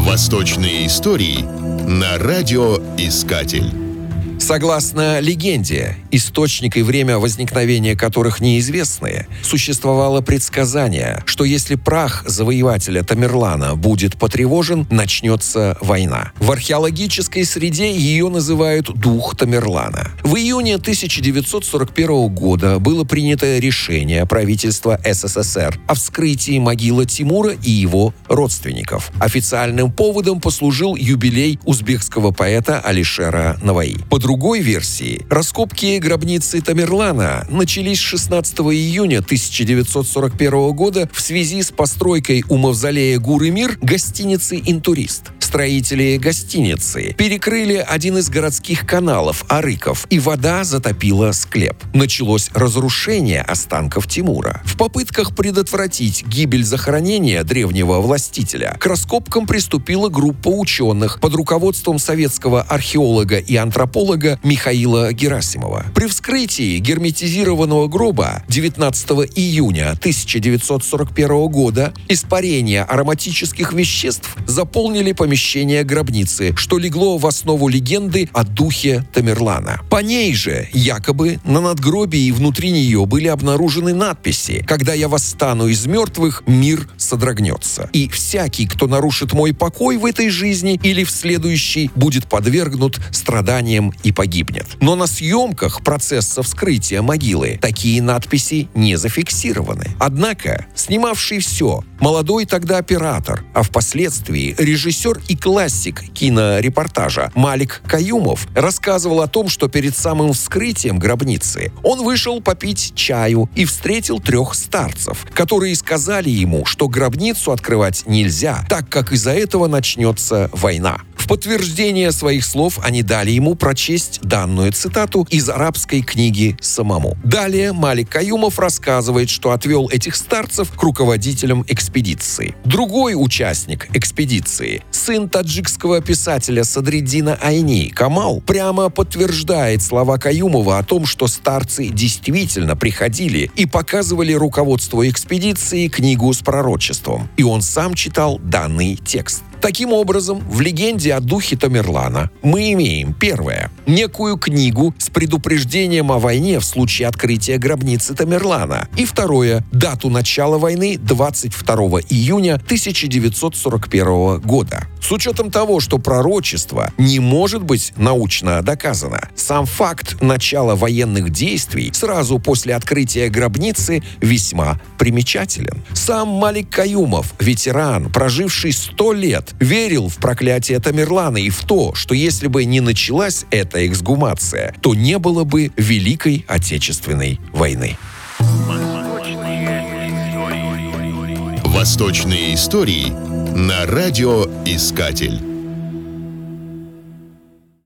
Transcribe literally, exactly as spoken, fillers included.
Восточные истории на радиоискатель. Согласно легенде, источник и время возникновения которых неизвестны, существовало предсказание, что если прах завоевателя Тамерлана будет потревожен, начнется война. В археологической среде ее называют «дух Тамерлана». В июне тысяча девятьсот сорок первого года было принято решение правительства СССР о вскрытии могилы Тимура и его родственников. Официальным поводом послужил юбилей узбекского поэта Алишера Наваи. По другой версии, раскопки гробницы Тамерлана начались шестнадцатого июня тысяча девятьсот сорок первого года в связи с постройкой у мавзолея Гуры-Мир гостиницы «Интурист». Строители гостиницы перекрыли один из городских каналов Арыков, и вода затопила склеп. Началось разрушение останков Тимура. В попытках предотвратить гибель захоронения древнего властителя к раскопкам приступила группа ученых под руководством советского археолога и антрополога Михаила Герасимова. При вскрытии герметизированного гроба девятнадцатого июня тысяча девятьсот сорок первого года испарения ароматических веществ заполнили помещение гробницы, что легло в основу легенды о духе Тамерлана. По ней же, якобы, на надгробии и внутри нее были обнаружены надписи: «Когда я восстану из мертвых, мир содрогнется. И всякий, кто нарушит мой покой в этой жизни или в следующей, будет подвергнут страданиям и погибнет». Но на съемках процесса вскрытия могилы такие надписи не зафиксированы. Однако, снимавший все, молодой тогда оператор, а впоследствии режиссер и классик кинорепортажа Малик Каюмов рассказывал о том, что перед самым вскрытием гробницы он вышел попить чаю и встретил трех старцев, которые сказали ему, что гробницу открывать нельзя, так как из-за этого начнется война. В подтверждение своих слов они дали ему прочесть данную цитату из арабской книги самому. Далее Малик Каюмов рассказывает, что отвел этих старцев к руководителям экспедиции. Другой участник экспедиции, сын таджикского писателя Садриддина Айни, Камал, прямо подтверждает слова Каюмова о том, что старцы действительно приходили и показывали руководству экспедиции книгу с пророчеством. И он сам читал данный текст. Таким образом, в легенде о духе Тамерлана мы имеем, первое, некую книгу с предупреждением о войне в случае открытия гробницы Тамерлана, и второе, дату начала войны двадцать второго июня тысяча девятьсот сорок первого года. С учетом того, что пророчество не может быть научно доказано, сам факт начала военных действий сразу после открытия гробницы весьма примечателен. Сам Малик Каюмов, ветеран, проживший сто лет, верил в проклятие Тамерлана и в то, что если бы не началась эта эксгумация, то не было бы Великой Отечественной войны. Восточные истории на радиоискатель.